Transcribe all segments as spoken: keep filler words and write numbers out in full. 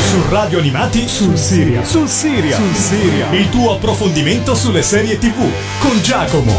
Su Radio Animati sul Serial. Sul Serial. Sul Serial. Il tuo approfondimento sulle serie tivù con Giacomo.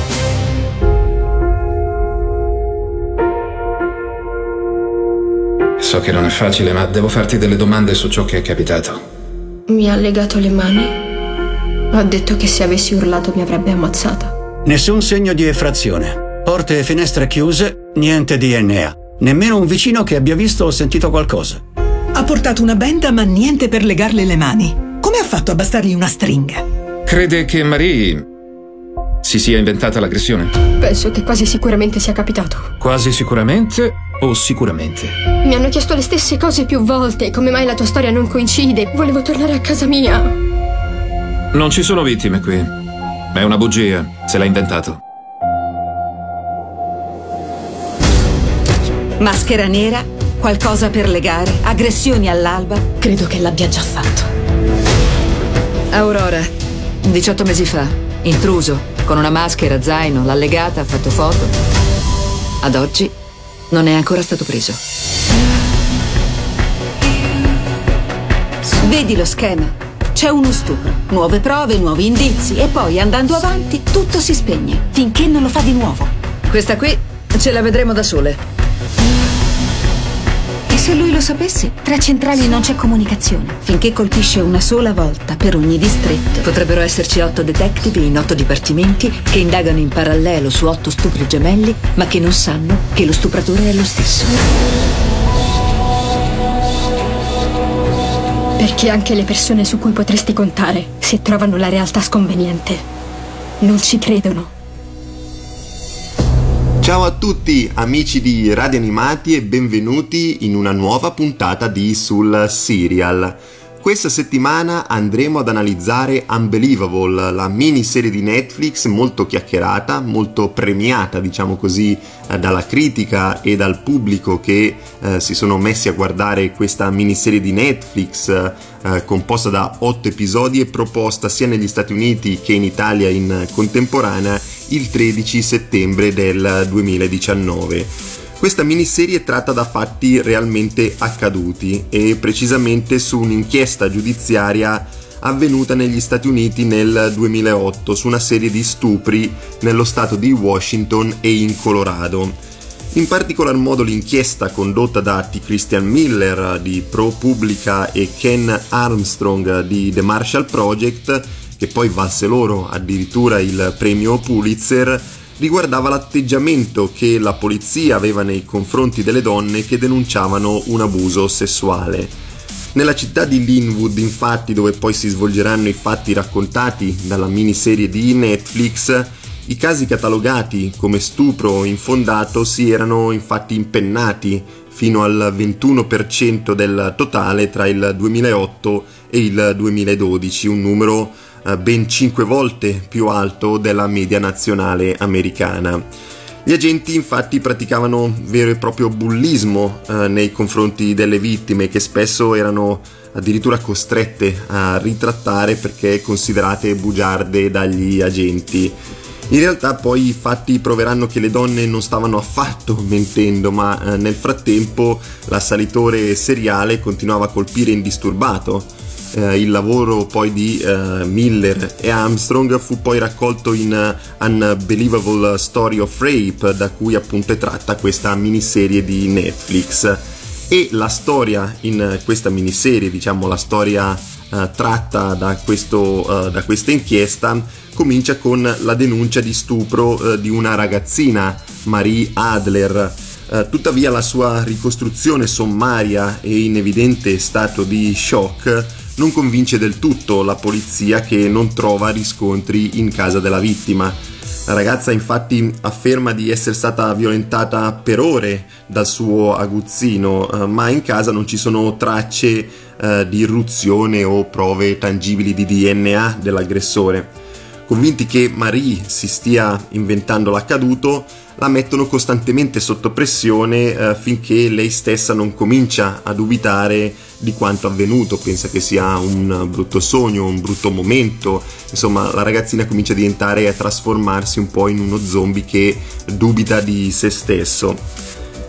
So che non è facile, ma devo farti delle domande su ciò che è capitato. Mi ha legato le mani. Ha detto che se avessi urlato mi avrebbe ammazzata. Nessun segno di effrazione. Porte e finestre chiuse, niente D N A. Nemmeno un vicino che abbia visto o sentito qualcosa. Ha portato una benda ma niente per legarle le mani. Come ha fatto a bastargli una stringa? Crede che Marie si sia inventata l'aggressione? Penso che quasi sicuramente sia capitato. Quasi sicuramente o sicuramente? Mi hanno chiesto le stesse cose più volte. Come mai la tua storia non coincide? Volevo tornare a casa mia. Non ci sono vittime qui. È una bugia. Se l'ha inventato. Maschera nera, qualcosa per legare, aggressioni all'alba. Credo che l'abbia già fatto. Aurora, diciotto mesi fa, intruso, con una maschera, zaino, l'ha legata, ha fatto foto. Ad oggi non è ancora stato preso. Vedi lo schema? C'è uno stupro, nuove prove, nuovi indizi e poi andando avanti tutto si spegne, finché non lo fa di nuovo. Questa qui ce la vedremo da sole. Se lui lo sapesse, tra centrali non c'è comunicazione. Finché colpisce una sola volta per ogni distretto. Potrebbero esserci otto detective in otto dipartimenti che indagano in parallelo su otto stupri gemelli, ma che non sanno che lo stupratore è lo stesso. Perché anche le persone su cui potresti contare, se trovano la realtà sconveniente, non ci credono. Ciao a tutti amici di Radio Animati e benvenuti in una nuova puntata di Sul Serial. Questa settimana andremo ad analizzare Unbelievable, la miniserie di Netflix molto chiacchierata, molto premiata, diciamo così, dalla critica e dal pubblico che eh, si sono messi a guardare questa miniserie di Netflix eh, composta da otto episodi e proposta sia negli Stati Uniti che in Italia in contemporanea il tredici settembre del duemiladiciannove. Questa miniserie è tratta da fatti realmente accaduti e precisamente su un'inchiesta giudiziaria avvenuta negli Stati Uniti nel duemilaotto su una serie di stupri nello stato di Washington e in Colorado. In particolar modo l'inchiesta condotta da T. Christian Miller di ProPublica e Ken Armstrong di The Marshall Project, che poi valse loro addirittura il premio Pulitzer, riguardava l'atteggiamento che la polizia aveva nei confronti delle donne che denunciavano un abuso sessuale. Nella città di Linwood, infatti, dove poi si svolgeranno i fatti raccontati dalla miniserie di Netflix, i casi catalogati come stupro infondato si erano infatti impennati fino al ventuno per cento del totale tra il duemilaotto e il duemiladodici, un numero ben cinque volte più alto della media nazionale americana. Gli agenti infatti praticavano vero e proprio bullismo eh, nei confronti delle vittime, che spesso erano addirittura costrette a ritrattare perché considerate bugiarde dagli agenti. In realtà poi i fatti proveranno che le donne non stavano affatto mentendo, ma eh, nel frattempo l'assalitore seriale continuava a colpire indisturbato. Eh, il lavoro poi di eh, Miller e Armstrong fu poi raccolto in uh, Unbelievable Story of Rape, da cui appunto è tratta questa miniserie di Netflix. E la storia in questa miniserie, diciamo la storia uh, tratta da, questo, uh, da questa inchiesta, comincia con la denuncia di stupro uh, di una ragazzina, Marie Adler. Uh, tuttavia la sua ricostruzione sommaria e in evidente stato di shock non convince del tutto la polizia, che non trova riscontri in casa della vittima. La ragazza infatti afferma di essere stata violentata per ore dal suo aguzzino, eh, ma in casa non ci sono tracce eh, di irruzione o prove tangibili di D N A dell'aggressore. Convinti che Marie si stia inventando l'accaduto, la mettono costantemente sotto pressione eh, finché lei stessa non comincia a dubitare di quanto avvenuto, pensa che sia un brutto sogno, un brutto momento. Insomma, la ragazzina comincia a diventare e a trasformarsi un po' in uno zombie che dubita di se stesso.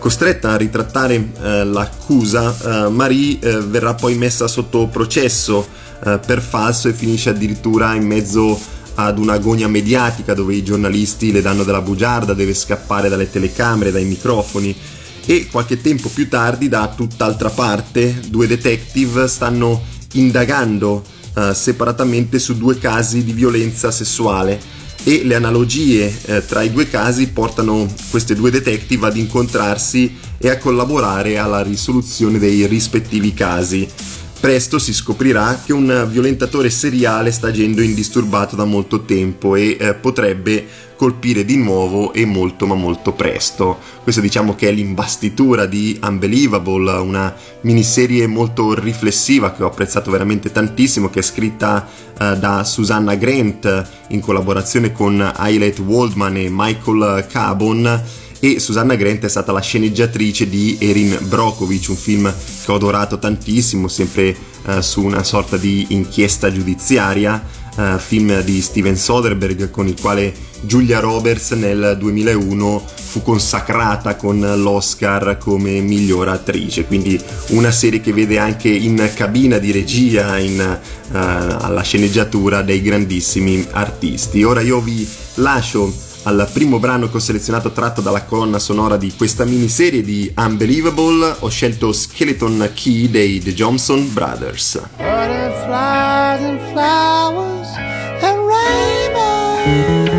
Costretta a ritrattare eh, l'accusa, eh, Marie eh, verrà poi messa sotto processo eh, per falso e finisce addirittura in mezzo ad un'agonia mediatica dove i giornalisti le danno della bugiarda, deve scappare dalle telecamere, dai microfoni. E qualche tempo più tardi, da tutt'altra parte, due detective stanno indagando eh, separatamente su due casi di violenza sessuale, e le analogie eh, tra i due casi portano queste due detective ad incontrarsi e a collaborare alla risoluzione dei rispettivi casi. Presto si scoprirà che un violentatore seriale sta agendo indisturbato da molto tempo e eh, potrebbe colpire di nuovo e molto ma molto presto. Questo diciamo che è l'imbastitura di Unbelievable, una miniserie molto riflessiva che ho apprezzato veramente tantissimo, che è scritta eh, da Susanna Grant in collaborazione con Ayelet Waldman e Michael Cabon. E Susanna Grant è stata la sceneggiatrice di Erin Brockovich, un film che ho adorato tantissimo, sempre eh, su una sorta di inchiesta giudiziaria, eh, film di Steven Soderbergh con il quale Julia Roberts nel duemilauno fu consacrata con l'Oscar come miglior attrice, quindi una serie che vede anche in cabina di regia, in, eh, alla sceneggiatura, dei grandissimi artisti. Ora io vi lascio al primo brano che ho selezionato tratto dalla colonna sonora di questa miniserie di Unbelievable. Ho scelto Skeleton Key dei The Johnson Brothers. Butterflies and flowers and rainbows.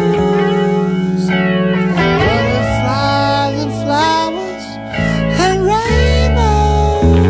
Butterflies and flowers and rainbows.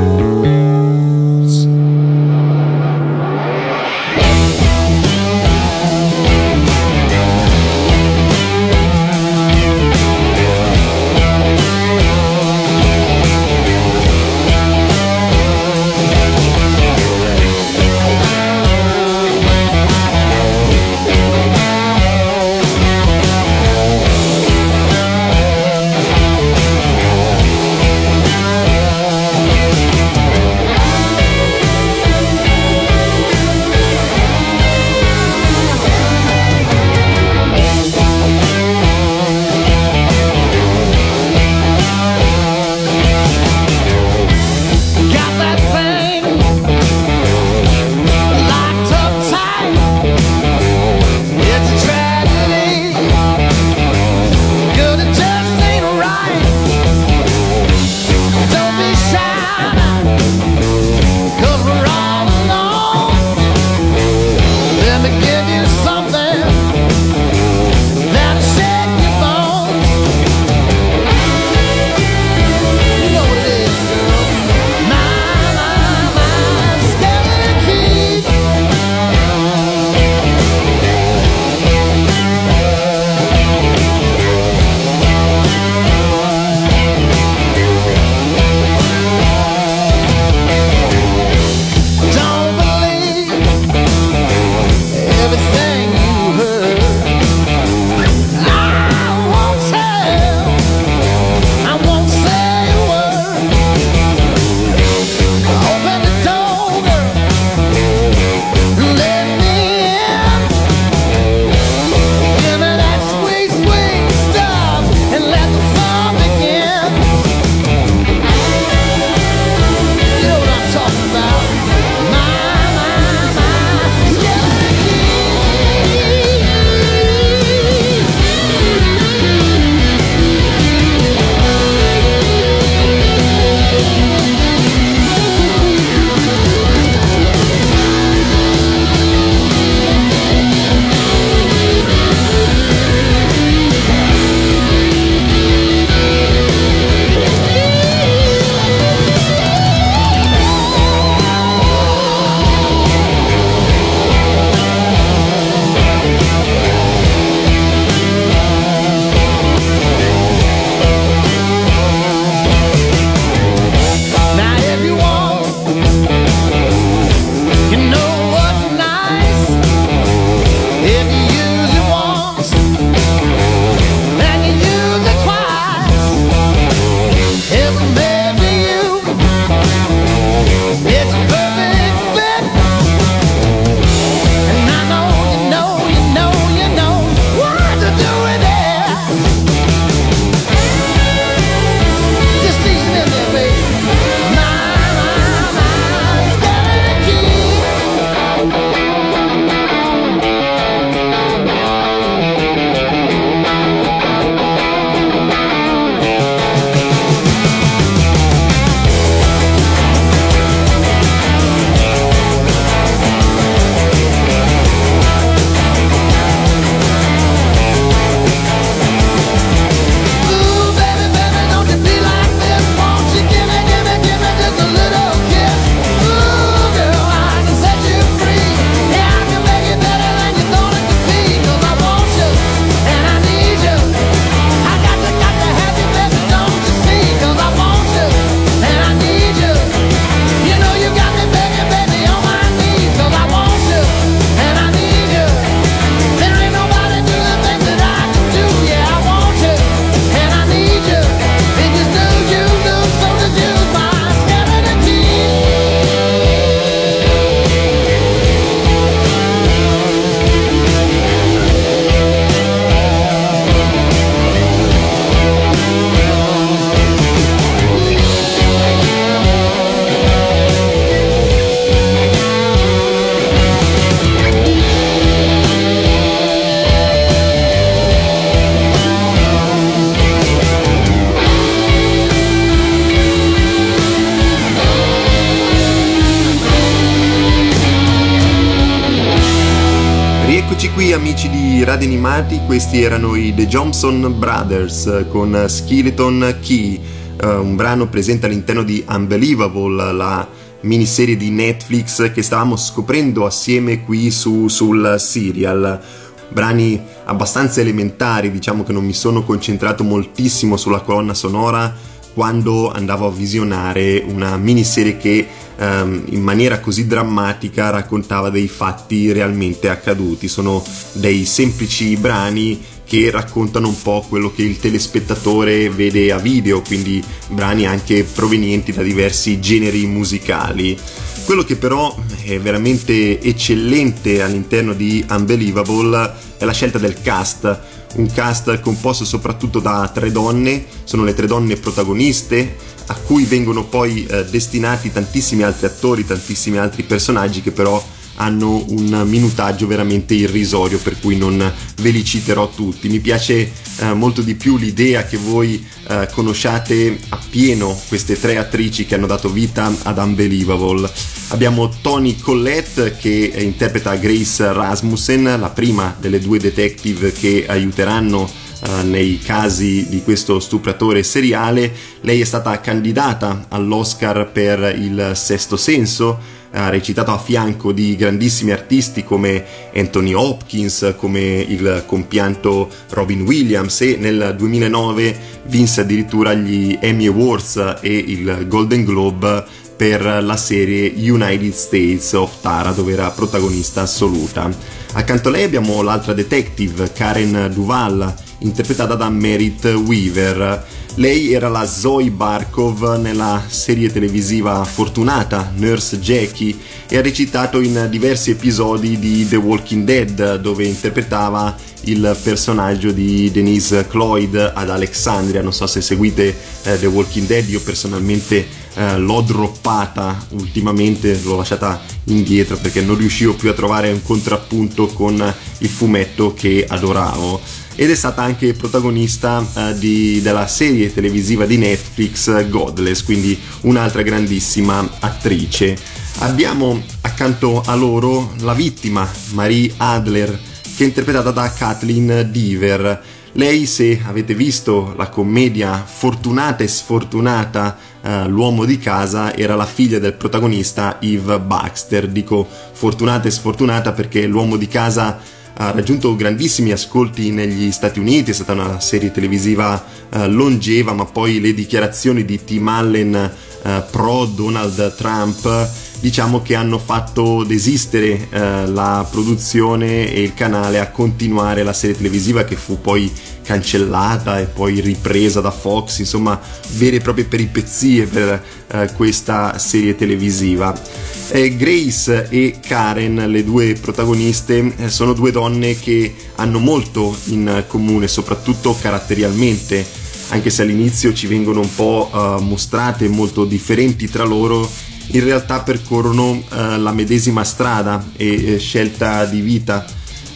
Eccoci qui amici di Radio Animati, questi erano i The Johnson Brothers con Skeleton Key, uh, un brano presente all'interno di Unbelievable, la miniserie di Netflix che stavamo scoprendo assieme qui su, sul Serial. Brani abbastanza elementari, diciamo che non mi sono concentrato moltissimo sulla colonna sonora quando andavo a visionare una miniserie che um, in maniera così drammatica raccontava dei fatti realmente accaduti. Sono dei semplici brani che raccontano un po' quello che il telespettatore vede a video, quindi brani anche provenienti da diversi generi musicali. Quello che però è veramente eccellente all'interno di Unbelievable è la scelta del cast, un cast composto soprattutto da tre donne, sono le tre donne protagoniste, a cui vengono poi eh, destinati tantissimi altri attori, tantissimi altri personaggi che però hanno un minutaggio veramente irrisorio, per cui non ve li citerò tutti. Mi piace eh, molto di più l'idea che voi eh, conosciate appieno queste tre attrici che hanno dato vita ad Unbelievable. Abbiamo Toni Collette che interpreta Grace Rasmussen, la prima delle due detective che aiuteranno uh, nei casi di questo stupratore seriale. Lei è stata candidata all'Oscar per Il Sesto Senso, ha recitato a fianco di grandissimi artisti come Anthony Hopkins, come il compianto Robin Williams, e nel duemilanove vinse addirittura gli Emmy Awards e il Golden Globe per la serie United States of Tara, dove era protagonista assoluta. Accanto a lei abbiamo l'altra detective, Karen Duvall, interpretata da Merit Weaver. Lei era la Zoe Barkov nella serie televisiva fortunata Nurse Jackie e ha recitato in diversi episodi di The Walking Dead, dove interpretava il personaggio di Denise Cloyd ad Alexandria. Non so se seguite eh, The Walking Dead, io personalmente eh, l'ho droppata ultimamente, l'ho lasciata indietro perché non riuscivo più a trovare un contrappunto con il fumetto che adoravo. Ed è stata anche protagonista eh, di, della serie televisiva di Netflix Godless, quindi un'altra grandissima attrice. Abbiamo accanto a loro la vittima, Marie Adler, che è interpretata da Kathleen Dever. Lei, se avete visto la commedia Fortunata e Sfortunata, eh, l'uomo di casa, era la figlia del protagonista Eve Baxter. Dico Fortunata e Sfortunata perché l'uomo di casa ha raggiunto grandissimi ascolti negli Stati Uniti, è stata una serie televisiva eh, longeva, ma poi le dichiarazioni di Tim Allen eh, pro Donald Trump diciamo che hanno fatto desistere eh, la produzione e il canale a continuare la serie televisiva, che fu poi cancellata e poi ripresa da Fox. Insomma, vere e proprie peripezie per eh, questa serie televisiva. Eh, Grace e Karen, le due protagoniste, eh, sono due donne che hanno molto in comune, soprattutto caratterialmente, anche se all'inizio ci vengono un po' uh, mostrate molto differenti tra loro. In realtà percorrono uh, la medesima strada e eh, scelta di vita,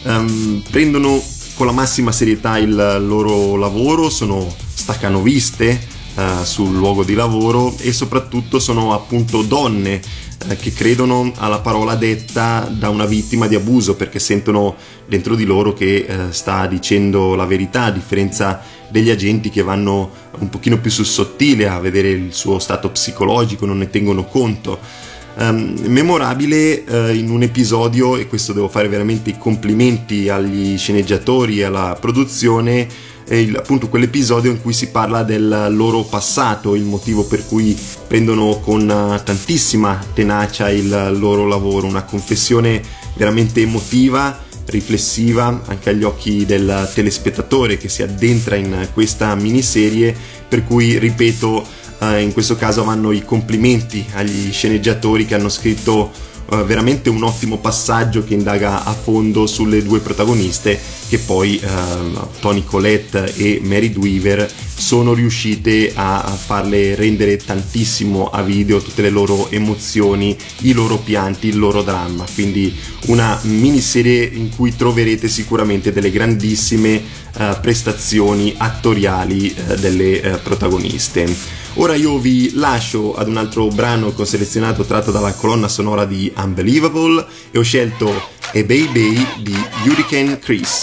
um, prendono con la massima serietà il loro lavoro, sono staccanoviste uh, sul luogo di lavoro e soprattutto sono appunto donne uh, che credono alla parola detta da una vittima di abuso, perché sentono dentro di loro che uh, sta dicendo la verità, a differenza degli agenti che vanno un pochino più sul sottile a vedere il suo stato psicologico, non ne tengono conto. Um, memorabile uh, in un episodio, e questo devo fare veramente i complimenti agli sceneggiatori e alla produzione, è il, appunto quell'episodio in cui si parla del loro passato, il motivo per cui prendono con uh, tantissima tenacia il loro lavoro, una confessione veramente emotiva, riflessiva anche agli occhi del telespettatore che si addentra in questa miniserie, per cui ripeto, eh, in questo caso vanno i complimenti agli sceneggiatori che hanno scritto eh, veramente un ottimo passaggio che indaga a fondo sulle due protagoniste, che poi eh, Toni Collette e Merit Weaver sono riuscite a farle rendere tantissimo a video, tutte le loro emozioni, i loro pianti, il loro dramma. Quindi una miniserie in cui troverete sicuramente delle grandissime uh, prestazioni attoriali uh, delle uh, protagoniste. Ora io vi lascio ad un altro brano che ho selezionato tratto dalla colonna sonora di Unbelievable e ho scelto e Baby di Hurricane Chris.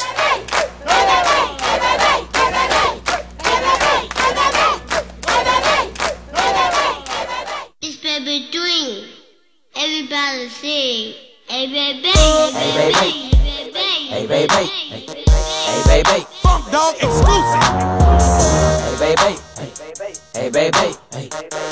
It's baby dream. Everybody sing. Hey baby, hey baby, hey baby, hey baby, hey baby, Funk Dog exclusive. hey baby, hey baby, hey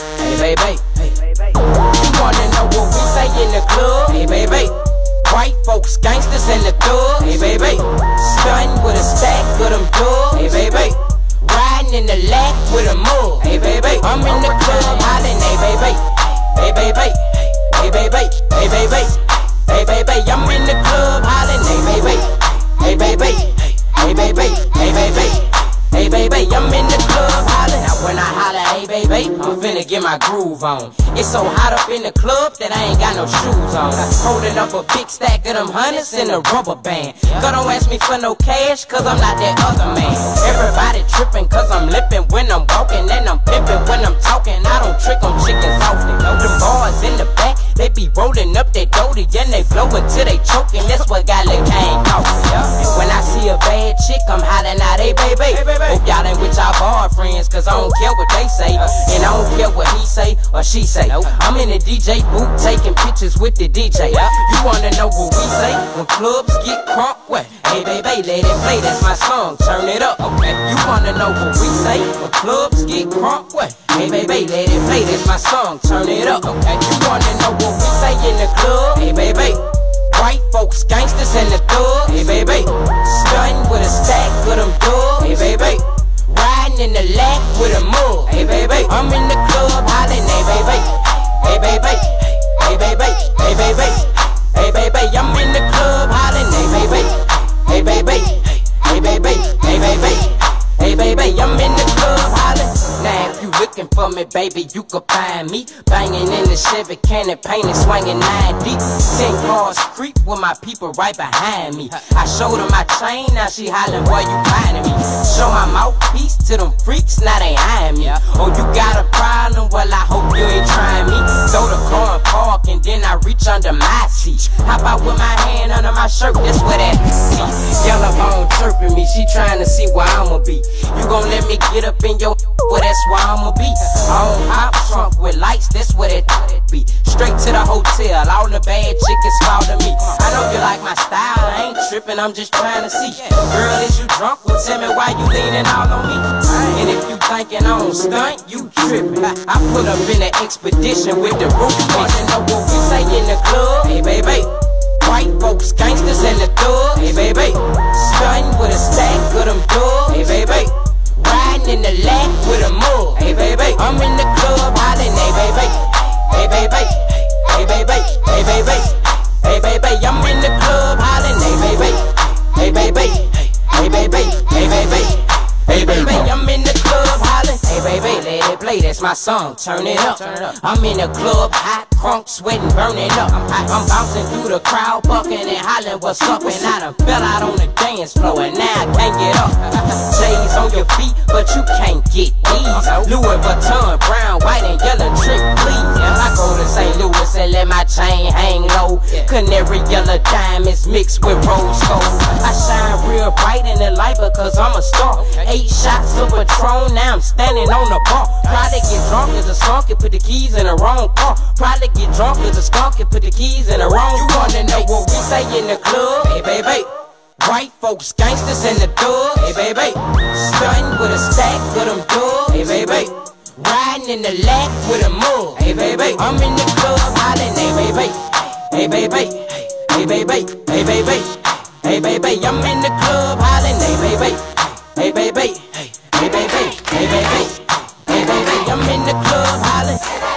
baby, hey baby. You wanna know what we say in the club? Hey baby, white folks, gangsters in the thug. Hey baby, stunning with a stack of them dubs. Hey baby, riding in the lack with a mug. Hey baby, I'm in the club hollering. Hey baby, hey baby, hey baby, hey baby. Hey baby, I'm in the club hollering. Hey baby, hey baby, hey baby, hey baby, hey baby, I'm in the club hollering. Now when I holler, hey baby, I'm finna get my groove on. It's so hot up in the club that I ain't got no shoes on. Holding up a big stack of them hundreds in a rubber band. Girl, don't ask me for no cash, cause I'm not that other man. Everybody tripping cause I'm lippin' when I'm walking, and I'm pimpin' when I'm talking. I don't trick on chickens often. Them bars in the back, they be rolling up that doty and they blowin' till they choking. That's what got Lil' Kane talking. And when I see a bad chick, I'm hollering out, hey baby. Hope y'all ain't with y'all boyfriends, cause I don't care what they say, and I don't care what he say or she say. I'm in the D J booth taking pictures with the D J. You wanna know what we say when clubs get crunk? What? Hey baby, let it play, that's my song, turn it up. Okay. You wanna know what we say when clubs get crunk? What? Hey baby, let it play, that's my song, turn it up. Okay. You wanna know what we say in the club? Hey baby, white folks, gangsters in the thug. Hey baby, stunning with a stack of them dubs. Hey baby, riding in the lack with a mug. Hey baby, I'm in the club hollering. Hey baby, hey baby, hey baby, hey baby, hey baby, I'm in the club hollering. Hey baby, hey baby, hey baby, hey baby, hey baby, I'm in the club hollering. Now if you looking for me, baby, you could find me banging in the Chevy cannon, painted, swinging nine deep. Ten cars creep with my people right behind me. I showed her my chain, now she hollering, boy, you finding me. Show my mouthpiece to them freaks, now they eyeing me. Oh, you got a problem? Well, I hope you ain't trying me. Throw the car and park, and then I reach under my seat. Hop out with my hand under my shirt, that's where that see. Yellow bone chirping me, she trying to see where I'ma be. You gon' let me get up in your, well, that's where I'ma be. On hop trunk with lights, that's where that be. Straight to the hotel, all the bad chickens follow me. I know you like my style, I ain't tripping, I'm just trying to see. Girl, is you drunk? Well, tell me why you leaning all on me. And if you thinking I don't stunt, you tripping. I put up in an expedition with the roof. Wanna know what we say in the club? Hey baby, white folks, gangsters in the thug. Hey baby, stunning with a stack of them dubs. Hey baby, riding in the lack with a mug. Hey baby, I'm in the club hollering. Hey baby, hey baby, hey baby, hey baby, hey baby, I'm in the club hollering. Hey baby, hey baby, hey baby, hey baby, hey baby, I'm in the club hollering. Hey baby, let it play, that's my song, turn it up. I'm in the club, hot, crunk, sweating, burning up. I'm, I'm bouncing through the crowd, bucking and hollering, what's up? And I done fell out on the dance floor, and now I can't get up. J's on your feet, but you can't get these. Louis Vuitton, brown, white, and yellow trick, please. I go to Saint Louis and let my chain hang low. Canary yellow diamonds mixed with rose gold. I shine real bright in the light because I'm a star. Eight shots of Patron, now I'm standing on the bar. Probably get drunk as a skunk and put the keys in the wrong car. Probably get drunk as a skunk and put the keys in the wrong car. You wanna know what we say in the club? Hey baby, white folks, gangsters in the thug. Hey baby, stunning with a stack of them dubs. Hey baby, riding in the lack with a mug. Hey baby, I'm in the club hollering. Hey baby, hey baby, hey baby, hey baby, hey baby, I'm in the club hollering. Hey baby, hey baby, hey baby, hey baby, hey baby, I'm in the club hollering.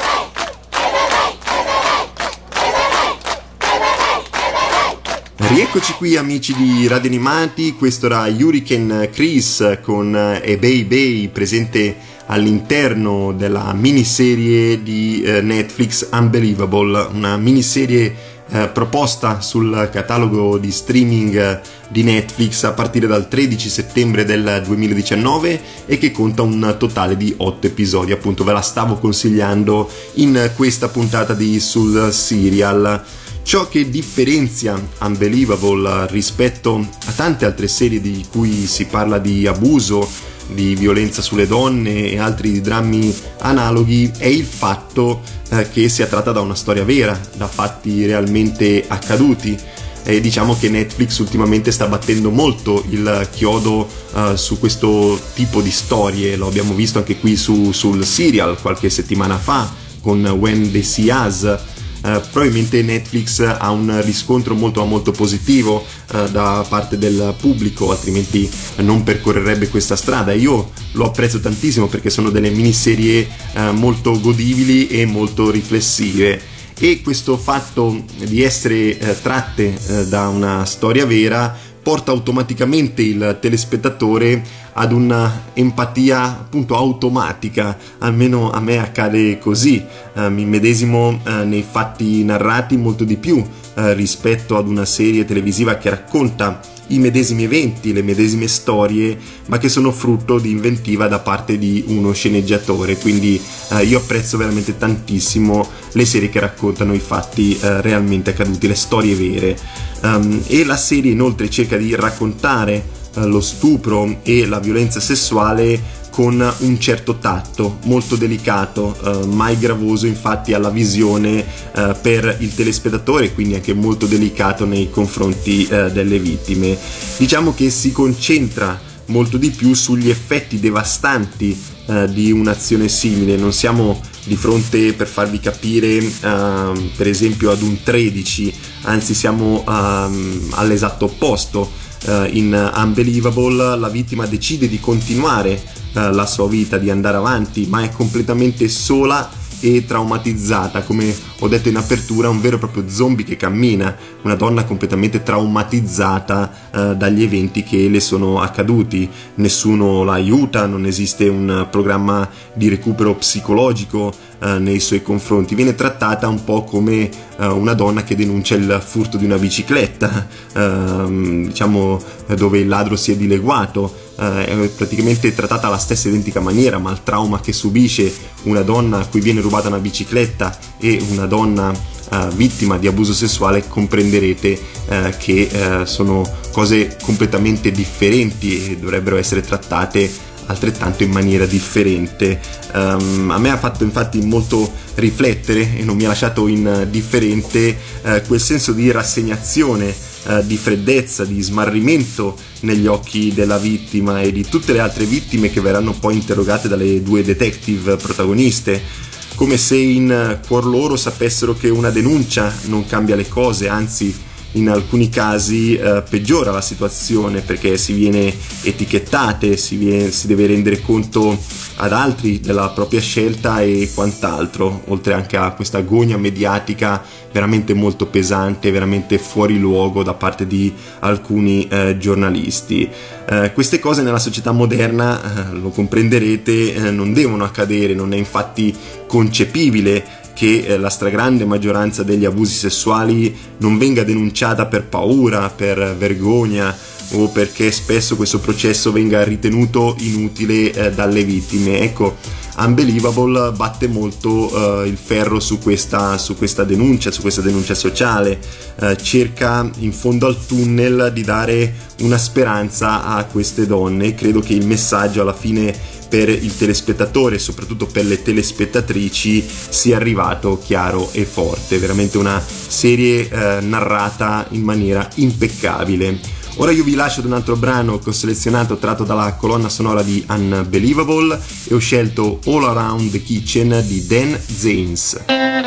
Rieccoci qui amici di Radio Animati, questo era Hurricane Chris con A Baby, presente all'interno della miniserie di eh, Netflix Unbelievable, una miniserie eh, proposta sul catalogo di streaming di Netflix a partire dal tredici settembre del duemiladiciannove e che conta un totale di otto episodi. Appunto ve la stavo consigliando in questa puntata di Sul Serial. Ciò che differenzia Unbelievable rispetto a tante altre serie di cui si parla di abuso, di violenza sulle donne e altri drammi analoghi è il fatto eh, che sia tratta da una storia vera, da fatti realmente accaduti. E diciamo che Netflix ultimamente sta battendo molto il chiodo uh, su questo tipo di storie. Lo abbiamo visto anche qui su, sul Serial qualche settimana fa con When They See Us. Uh, probabilmente Netflix ha un riscontro molto molto positivo uh, da parte del pubblico, altrimenti non percorrerebbe questa strada. Io lo apprezzo tantissimo perché sono delle miniserie uh, molto godibili e molto riflessive. E questo fatto di essere eh, tratte eh, da una storia vera porta automaticamente il telespettatore ad una empatia appunto automatica, almeno a me accade così, eh, mi medesimo eh, nei fatti narrati molto di più eh, rispetto ad una serie televisiva che racconta i medesimi eventi, le medesime storie, ma che sono frutto di inventiva da parte di uno sceneggiatore. Quindi eh, io apprezzo veramente tantissimo le serie che raccontano i fatti eh, realmente accaduti, le storie vere. Um, e la serie inoltre cerca di raccontare eh, lo stupro e la violenza sessuale con un certo tatto, molto delicato, eh, mai gravoso infatti alla visione eh, per il telespettatore, quindi anche molto delicato nei confronti eh, delle vittime. Diciamo che si concentra molto di più sugli effetti devastanti eh, di un'azione simile. Non siamo di fronte, per farvi capire, eh, per esempio ad un tredici, anzi siamo eh, all'esatto opposto. Eh, in Unbelievable la vittima decide di continuare la sua vita, di andare avanti, ma è completamente sola e traumatizzata, come ho detto in apertura, un vero e proprio zombie che cammina, una donna completamente traumatizzata eh, dagli eventi che le sono accaduti. Nessuno la aiuta, non esiste un programma di recupero psicologico eh, nei suoi confronti, viene trattata un po' come eh, una donna che denuncia il furto di una bicicletta, eh, diciamo dove il ladro si è dileguato. Uh, è praticamente trattata alla stessa identica maniera, ma il trauma che subisce una donna a cui viene rubata una bicicletta e una donna uh, vittima di abuso sessuale, comprenderete uh, che uh, sono cose completamente differenti e dovrebbero essere trattate altrettanto in maniera differente. Um, a me ha fatto infatti molto riflettere e non mi ha lasciato indifferente uh, quel senso di rassegnazione, uh, di freddezza, di smarrimento negli occhi della vittima e di tutte le altre vittime che verranno poi interrogate dalle due detective protagoniste, come se in cuor loro sapessero che una denuncia non cambia le cose, anzi in alcuni casi eh, peggiora la situazione, perché si viene etichettate, si, viene, si deve rendere conto ad altri della propria scelta e quant'altro, oltre anche a questa gogna mediatica veramente molto pesante, veramente fuori luogo da parte di alcuni eh, giornalisti. Eh, queste cose nella società moderna, eh, lo comprenderete, eh, non devono accadere. Non è infatti concepibile che eh, la stragrande maggioranza degli abusi sessuali non venga denunciata per paura, per vergogna o perché spesso questo processo venga ritenuto inutile eh, dalle vittime. Ecco, Unbelievable batte molto eh, il ferro su questa, su questa denuncia, su questa denuncia sociale, eh, cerca in fondo al tunnel di dare una speranza a queste donne. Credo che il messaggio alla fine per il telespettatore e soprattutto per le telespettatrici sia arrivato chiaro e forte. Veramente una serie eh, narrata in maniera impeccabile. Ora io vi lascio ad un altro brano che ho selezionato tratto dalla colonna sonora di Unbelievable e ho scelto All Around the Kitchen di Dan Zanes.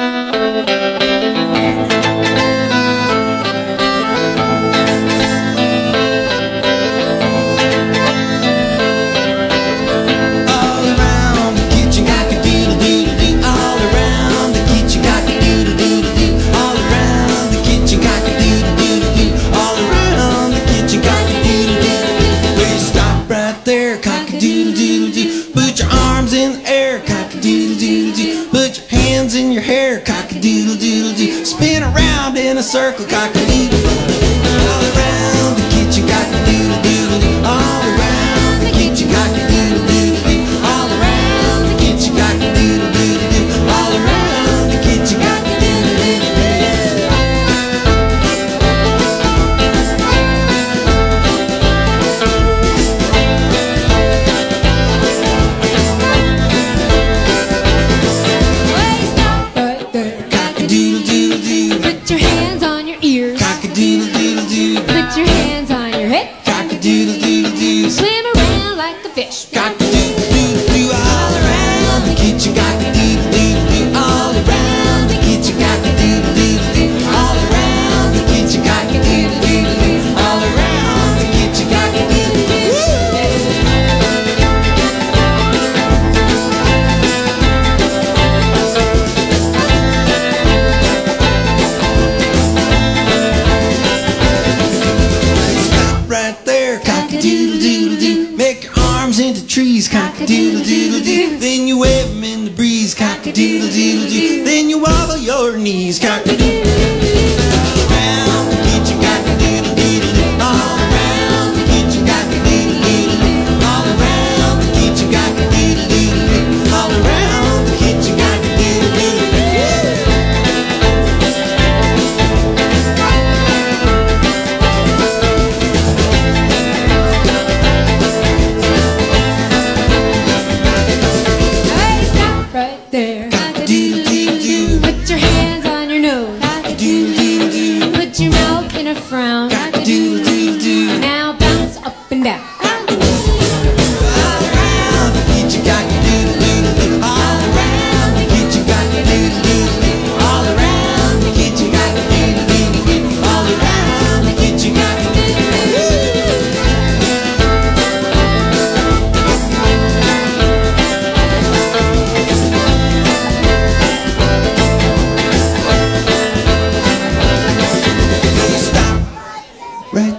In your hair, cock-a-doodle-doodle-doo. Spin around in a circle, cock-a-doodle-doo. All around the kitchen, cock-a-doodle-doodle-doo. All around the kitchen, cock-a-doodle-doodle-doo. All around the kitchen, cock-a-doodle-doodle-doo. All around the kitchen, cock-a-doodle-doodle-doo.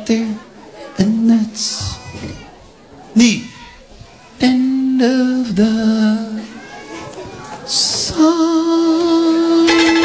there, and that's the end of the song.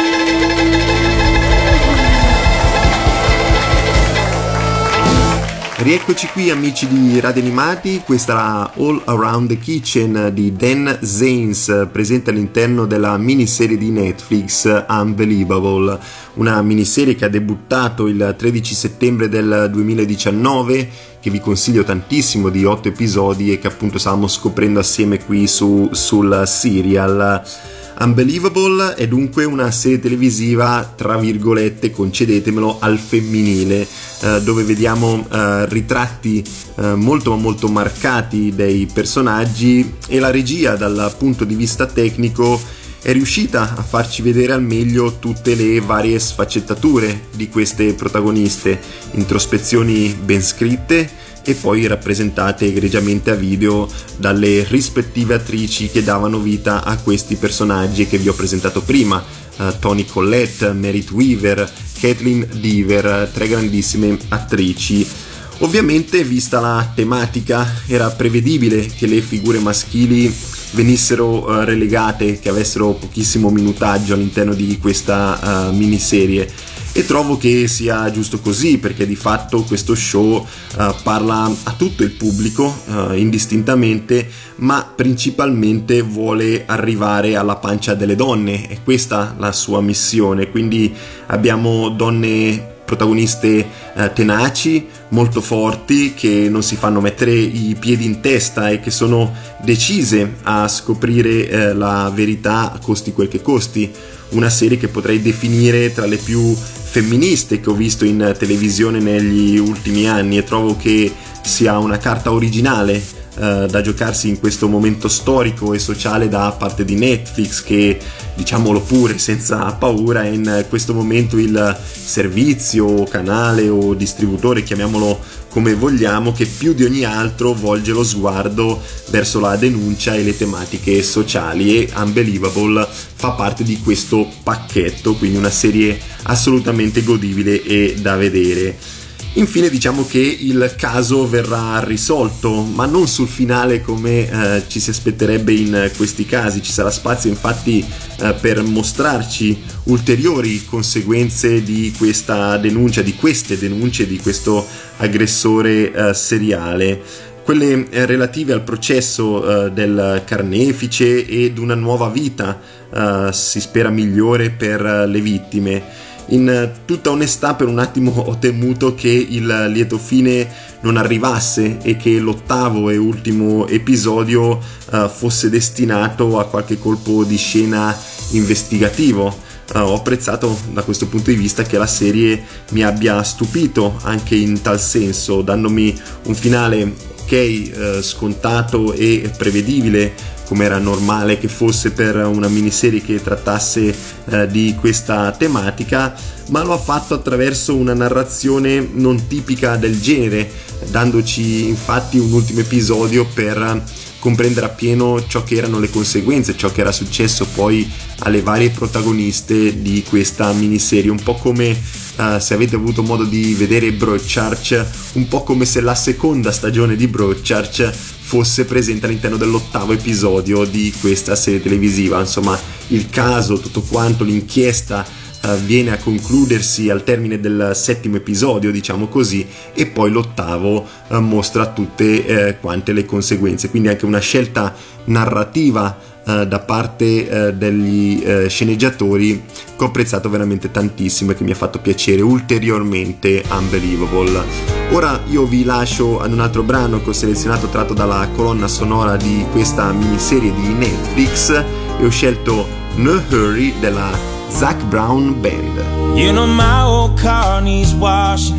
Rieccoci qui amici di Radio Animati, questa era All Around the Kitchen di Dan Zanes, presente all'interno della miniserie di Netflix Unbelievable, una miniserie che ha debuttato il tredici settembre del duemiladiciannove, che vi consiglio tantissimo, di otto episodi e che appunto stavamo scoprendo assieme qui su, sul Serial. Unbelievable è dunque una serie televisiva, tra virgolette, concedetemelo, al femminile, eh, dove vediamo eh, ritratti eh, molto ma molto marcati dei personaggi, e la regia dal punto di vista tecnico è riuscita a farci vedere al meglio tutte le varie sfaccettature di queste protagoniste, introspezioni ben scritte e poi rappresentate egregiamente a video dalle rispettive attrici che davano vita a questi personaggi che vi ho presentato prima, uh, Toni Collette, Merit Weaver, Kathleen Dever, tre grandissime attrici. Ovviamente, vista la tematica, era prevedibile che le figure maschili venissero uh, relegate, che avessero pochissimo minutaggio all'interno di questa uh, miniserie. E trovo che sia giusto così, perché di fatto questo show uh, parla a tutto il pubblico uh, indistintamente, ma principalmente vuole arrivare alla pancia delle donne, è questa la sua missione. Quindi abbiamo donne protagoniste eh, tenaci, molto forti, che non si fanno mettere i piedi in testa e che sono decise a scoprire eh, la verità, costi quel che costi. Una serie che potrei definire tra le più femministe che ho visto in televisione negli ultimi anni, e trovo che sia una carta originale Uh, da giocarsi in questo momento storico e sociale da parte di Netflix, che, diciamolo pure senza paura, è in questo momento il servizio, canale o distributore, chiamiamolo come vogliamo, che più di ogni altro volge lo sguardo verso la denuncia e le tematiche sociali, e Unbelievable fa parte di questo pacchetto, quindi una serie assolutamente godibile e da vedere. Infine diciamo che il caso verrà risolto, ma non sul finale come eh, ci si aspetterebbe in questi casi. Ci sarà spazio infatti eh, per mostrarci ulteriori conseguenze di questa denuncia, di queste denunce, di questo aggressore eh, seriale. Quelle eh, relative al processo eh, del carnefice ed una nuova vita, eh, si spera migliore per eh, le vittime. In tutta onestà, per un attimo ho temuto che il lieto fine non arrivasse e che l'ottavo e ultimo episodio uh, fosse destinato a qualche colpo di scena investigativo. Uh, ho apprezzato da questo punto di vista che la serie mi abbia stupito anche in tal senso, dandomi un finale ok, uh, scontato e prevedibile, come era normale che fosse per una miniserie che trattasse eh, di questa tematica, ma lo ha fatto attraverso una narrazione non tipica del genere, dandoci infatti un ultimo episodio per comprendere appieno ciò che erano le conseguenze, ciò che era successo poi alle varie protagoniste di questa miniserie, un po' come uh, se avete avuto modo di vedere Broadchurch, un po' come se la seconda stagione di Broadchurch fosse presente all'interno dell'ottavo episodio di questa serie televisiva. Insomma, il caso, tutto quanto, l'inchiesta uh, viene a concludersi al termine del settimo episodio, diciamo così, e poi l'ottavo uh, mostra tutte uh, quante le conseguenze. Quindi anche una scelta narrativa Uh, da parte uh, degli uh, sceneggiatori che ho apprezzato veramente tantissimo e che mi ha fatto piacere ulteriormente Unbelievable. Ora io vi lascio ad un altro brano che ho selezionato tratto dalla colonna sonora di questa miniserie di Netflix, e ho scelto No Hurry della Zac Brown Band. You know my old car needs washing,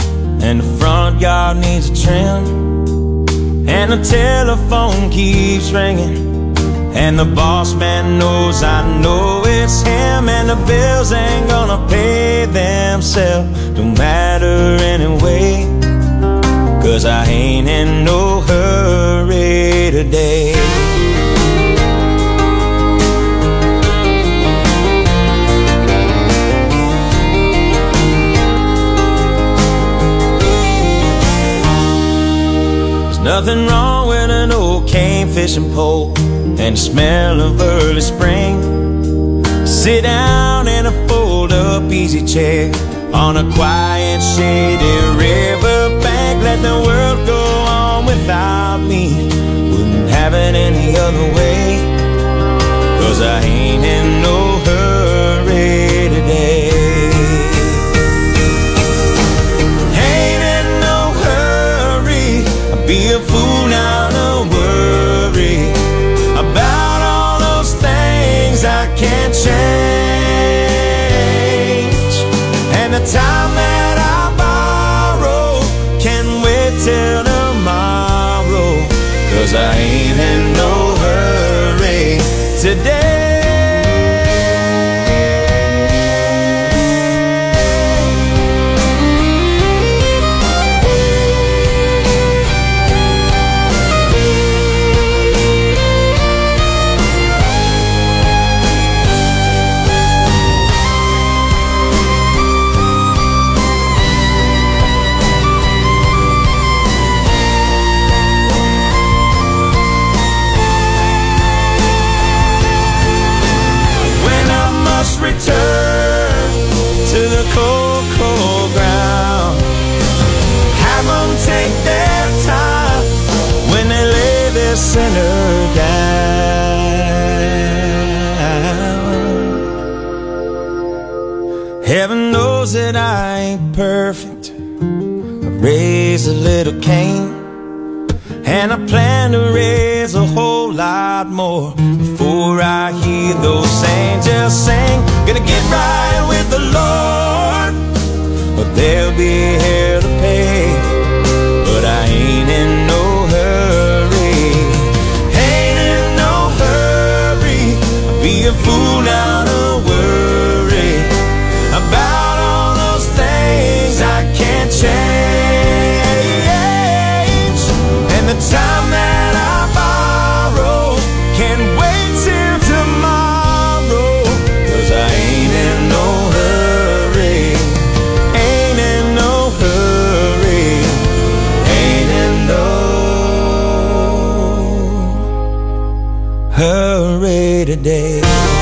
and the front yard needs a trim, and the telephone keeps ringing, and the boss man knows I know it's him, and the bills ain't gonna pay themselves, don't matter anyway, 'cause I ain't in no hurry today. Nothing wrong with an old cane fishing pole and the smell of early spring. Sit down in a fold-up easy chair on a quiet, shady river bank. Let the world go on without me. Wouldn't have it any other way, 'cause I ain't in no hurry today. Ain't in no hurry. I'd be a fool now to worry about all those things I can't change. And the time that I borrow can wait till tomorrow, 'cause I ain't in no hurry today. Return to the cold, cold ground. Have them take their time when they lay their sinner down. Heaven knows that I ain't perfect. I raised a little Cain, and I plan to raise a whole lot more before I hear those angels sing. Gonna get right with the Lord, but there'll be hell to pay. But I ain't in no hurry. Ain't in no hurry. I'd be a fool now to worry about all those things I can't change. And the time that I borrow can wait till tomorrow, 'cause I ain't in no hurry. Ain't in no hurry. Ain't in no hurry today.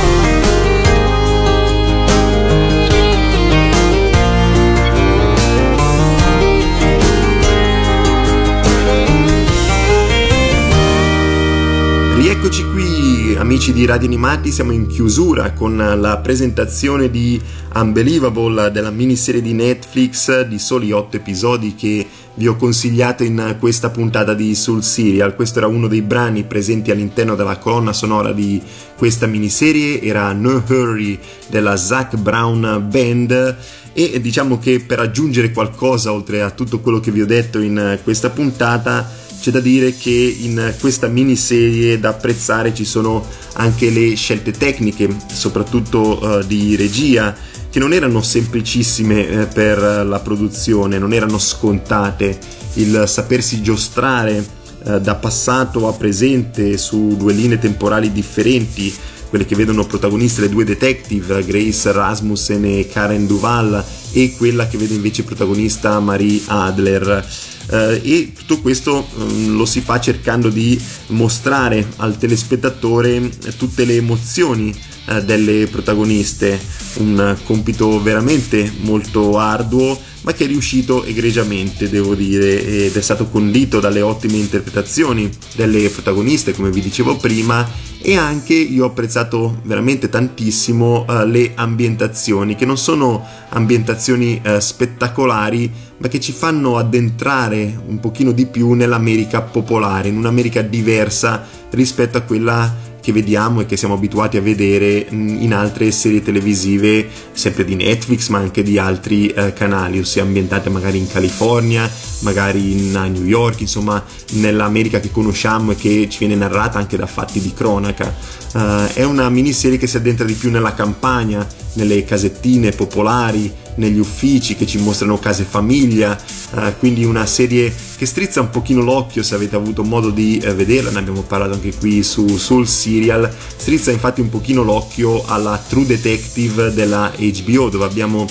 Rieccoci qui amici di Radio Animati, siamo in chiusura con la presentazione di Unbelievable, della miniserie di Netflix di soli otto episodi che vi ho consigliato in questa puntata di Soul Serial. Questo era uno dei brani presenti all'interno della colonna sonora di questa miniserie, era No Hurry della Zac Brown Band. E diciamo che per aggiungere qualcosa oltre a tutto quello che vi ho detto in questa puntata, c'è da dire che in questa miniserie da apprezzare ci sono anche le scelte tecniche, soprattutto uh, di regia, che non erano semplicissime eh, per la produzione, non erano scontate. Il sapersi giostrare eh, da passato a presente su due linee temporali differenti, quelle che vedono protagoniste le due detective, Grace Rasmussen e Karen Duvall, e quella che vede invece protagonista Marie Adler. Uh, e tutto questo um, lo si fa cercando di mostrare al telespettatore tutte le emozioni uh, delle protagoniste, un compito veramente molto arduo, ma che è riuscito egregiamente, devo dire, ed è stato condito dalle ottime interpretazioni delle protagoniste, come vi dicevo prima, e anche io ho apprezzato veramente tantissimo uh, le ambientazioni, che non sono ambientazioni uh, spettacolari, ma che ci fanno addentrare un pochino di più nell'America popolare, in un'America diversa rispetto a quella che vediamo e che siamo abituati a vedere in altre serie televisive, sempre di Netflix ma anche di altri eh, canali, ossia ambientate magari in California, magari in New York, insomma nell'America che conosciamo e che ci viene narrata anche da fatti di cronaca. Uh, è una miniserie che si addentra di più nella campagna, nelle casettine popolari, negli uffici, che ci mostrano case famiglia, uh, quindi una serie che strizza un pochino l'occhio, se avete avuto modo di uh, vederla, ne abbiamo parlato anche qui su Soul Serial, strizza infatti un pochino l'occhio alla True Detective della H B O, dove abbiamo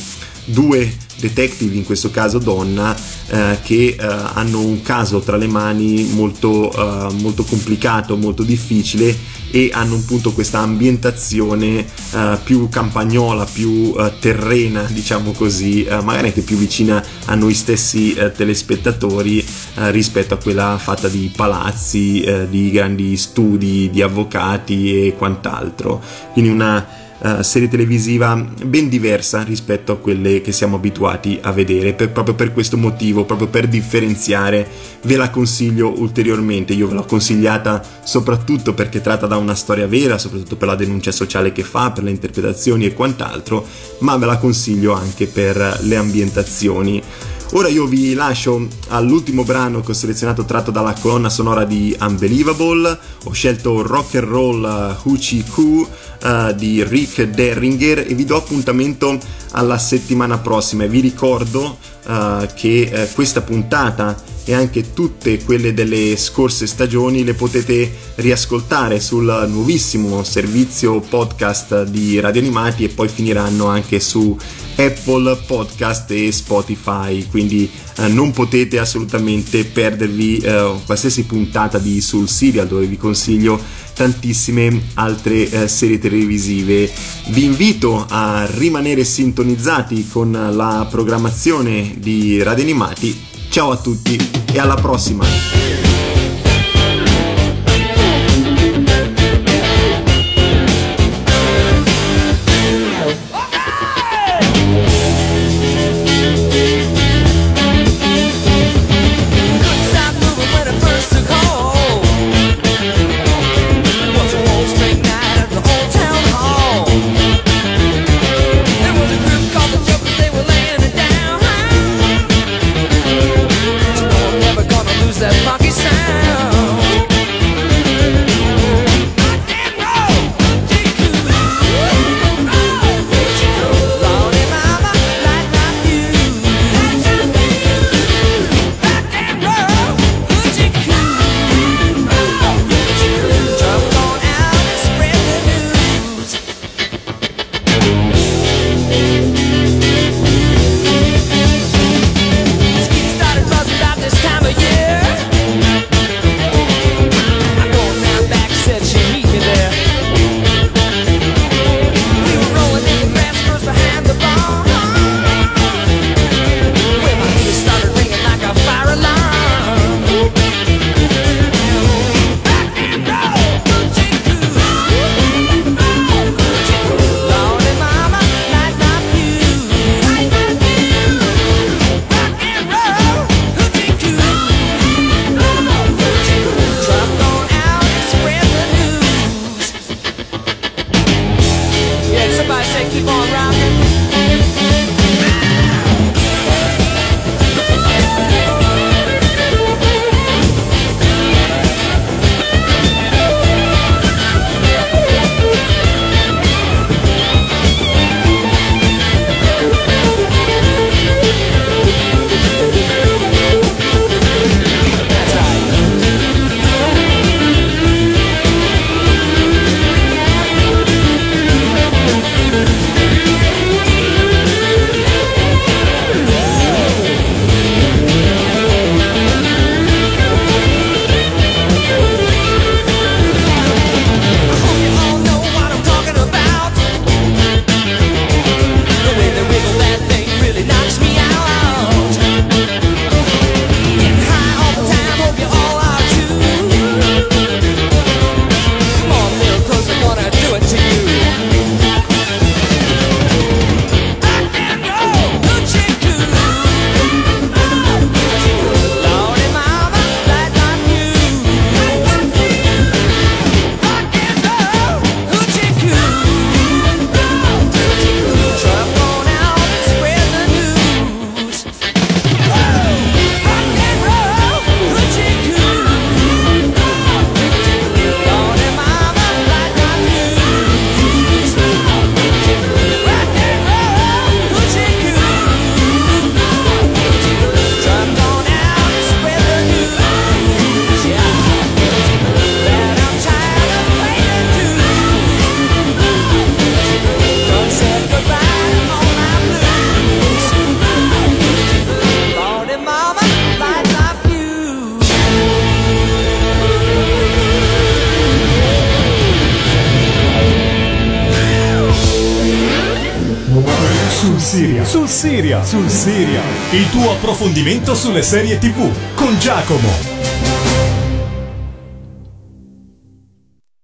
due detective, in questo caso donna, eh, che eh, hanno un caso tra le mani molto, eh, molto complicato, molto difficile, e hanno appunto questa ambientazione eh, più campagnola, più eh, terrena, diciamo così, eh, magari anche più vicina a noi stessi eh, telespettatori eh, rispetto a quella fatta di palazzi, eh, di grandi studi, di avvocati e quant'altro. Quindi una Uh, serie televisiva ben diversa rispetto a quelle che siamo abituati a vedere. Per, proprio per questo motivo, proprio per differenziare, ve la consiglio ulteriormente. Io ve l'ho consigliata soprattutto perché tratta da una storia vera, soprattutto per la denuncia sociale che fa, per le interpretazioni e quant'altro, ma ve la consiglio anche per le ambientazioni. Ora io vi lascio all'ultimo brano che ho selezionato, tratto dalla colonna sonora di Unbelievable. Ho scelto Rock and Roll Hoochie Coo uh, di Rick Derringer, e vi do appuntamento alla settimana prossima. E vi ricordo uh, che uh, questa puntata e anche tutte quelle delle scorse stagioni le potete riascoltare sul nuovissimo servizio podcast di Radio Animati, e poi finiranno anche su Apple Podcast e Spotify, quindi eh, non potete assolutamente perdervi eh, qualsiasi puntata di Sul Serial, dove vi consiglio tantissime altre eh, serie televisive. Vi invito a rimanere sintonizzati con la programmazione di Radio Animati. Ciao a tutti e alla prossima! That funky Siria, sul Siria, sul Siria. Il tuo approfondimento sulle serie tivù con Giacomo.